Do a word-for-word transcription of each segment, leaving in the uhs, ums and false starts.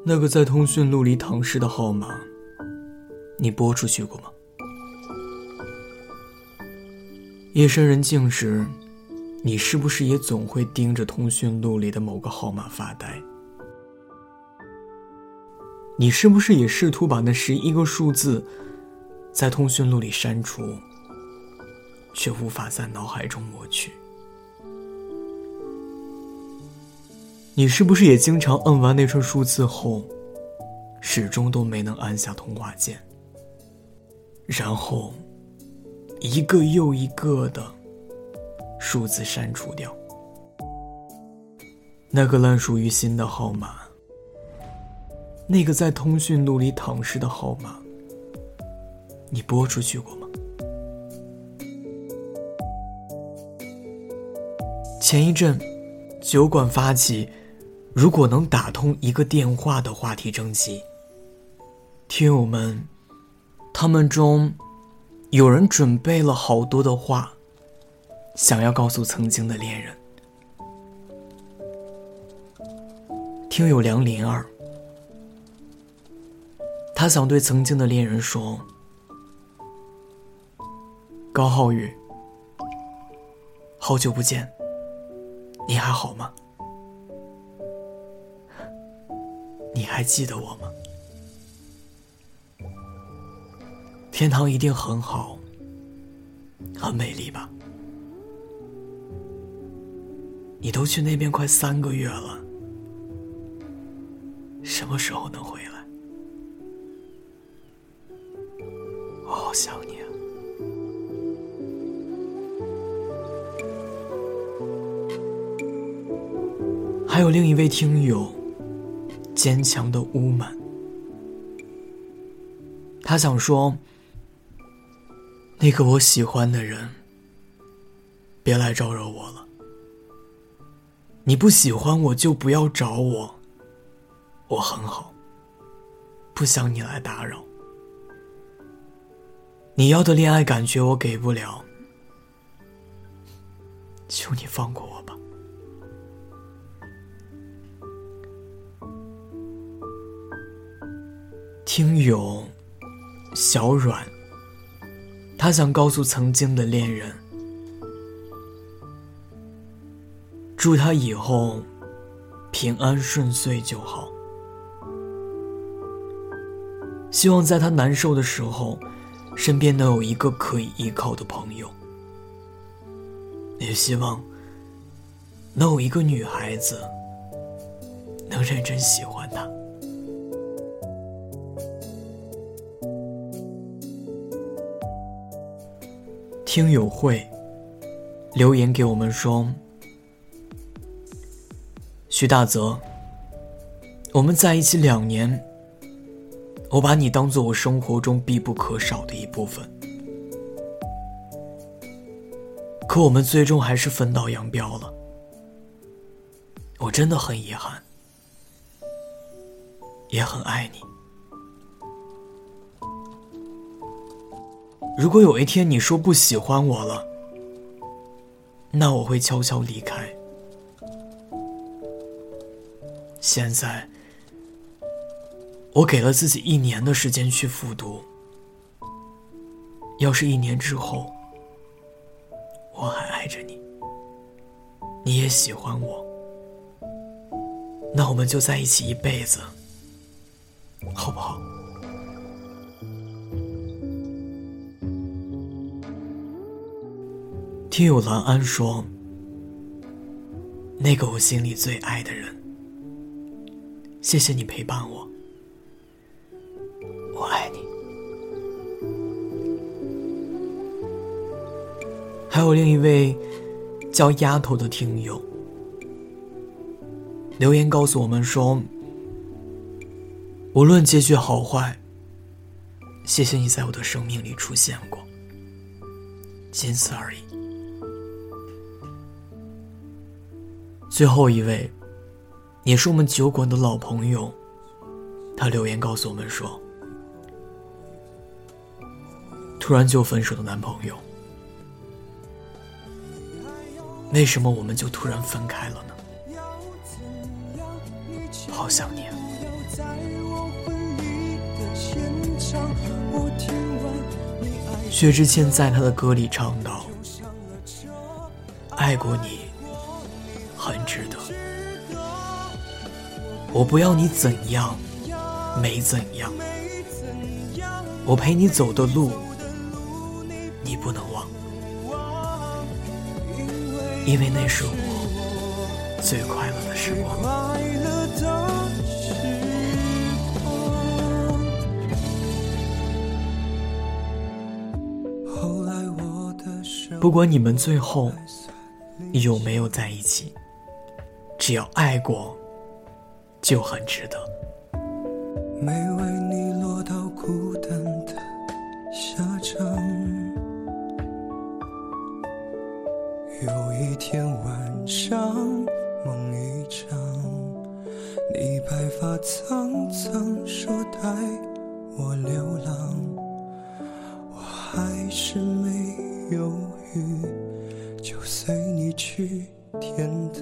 那个在通讯录里躺尸的号码，你拨出去过吗？夜深人静时，你是不是也总会盯着通讯录里的某个号码发呆？你是不是也试图把那十一个数字在通讯录里删除，却无法在脑海中抹去？你是不是也经常摁完那串数字后，始终都没能按下通话键，然后一个又一个的数字删除掉？那个烂熟于心的号码，那个在通讯录里躺尸的号码，你拨出去过吗？前一阵酒馆发起如果能打通一个电话的话题征集，听友们他们中有人准备了好多的话，想要告诉曾经的恋人。听友梁林儿，他想对曾经的恋人说：高浩宇，好久不见，你还好吗？你还记得我吗？天堂一定很好，很美丽吧？你都去那边快三个月了，什么时候能回来？我好想你啊。还有另一位听友坚强的乌满，他想说，那个我喜欢的人别来招惹我了，你不喜欢我就不要找我，我很好，不想你来打扰。你要的恋爱感觉我给不了，求你放过我吧。听友小阮，他想告诉曾经的恋人，祝他以后平安顺遂就好，希望在他难受的时候，身边能有一个可以依靠的朋友，也希望能有一个女孩子能认真喜欢他。听友会留言给我们说，徐大泽，我们在一起两年，我把你当作我生活中必不可少的一部分，可我们最终还是分道扬镳了，我真的很遗憾，也很爱你。如果有一天你说不喜欢我了，那我会悄悄离开。现在我给了自己一年的时间去复读，要是一年之后我还爱着你，你也喜欢我，那我们就在一起一辈子，好不好？听友兰安说，那个我心里最爱的人，谢谢你陪伴我，我爱你。还有另一位叫丫头的听友留言告诉我们说，无论结局好坏，谢谢你在我的生命里出现过，仅此而已。最后一位也是我们酒馆的老朋友，他留言告诉我们说，突然就分手的男朋友，为什么我们就突然分开了呢？好想你啊。 薛之谦在他的歌里唱道：爱过你很值得，我不要你怎样没怎样，我陪你走的路你不能忘，因为那是我最快乐的时光。不管你们最后有没有在一起，只要爱过就很值得。 没为你落到孤单的下场，有一天晚上梦一场，你白发苍苍说带我流浪，我还是没犹豫就随你去天堂。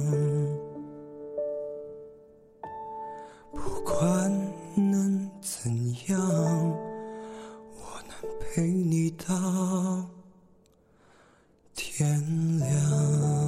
不管能怎样，我能陪你到天亮。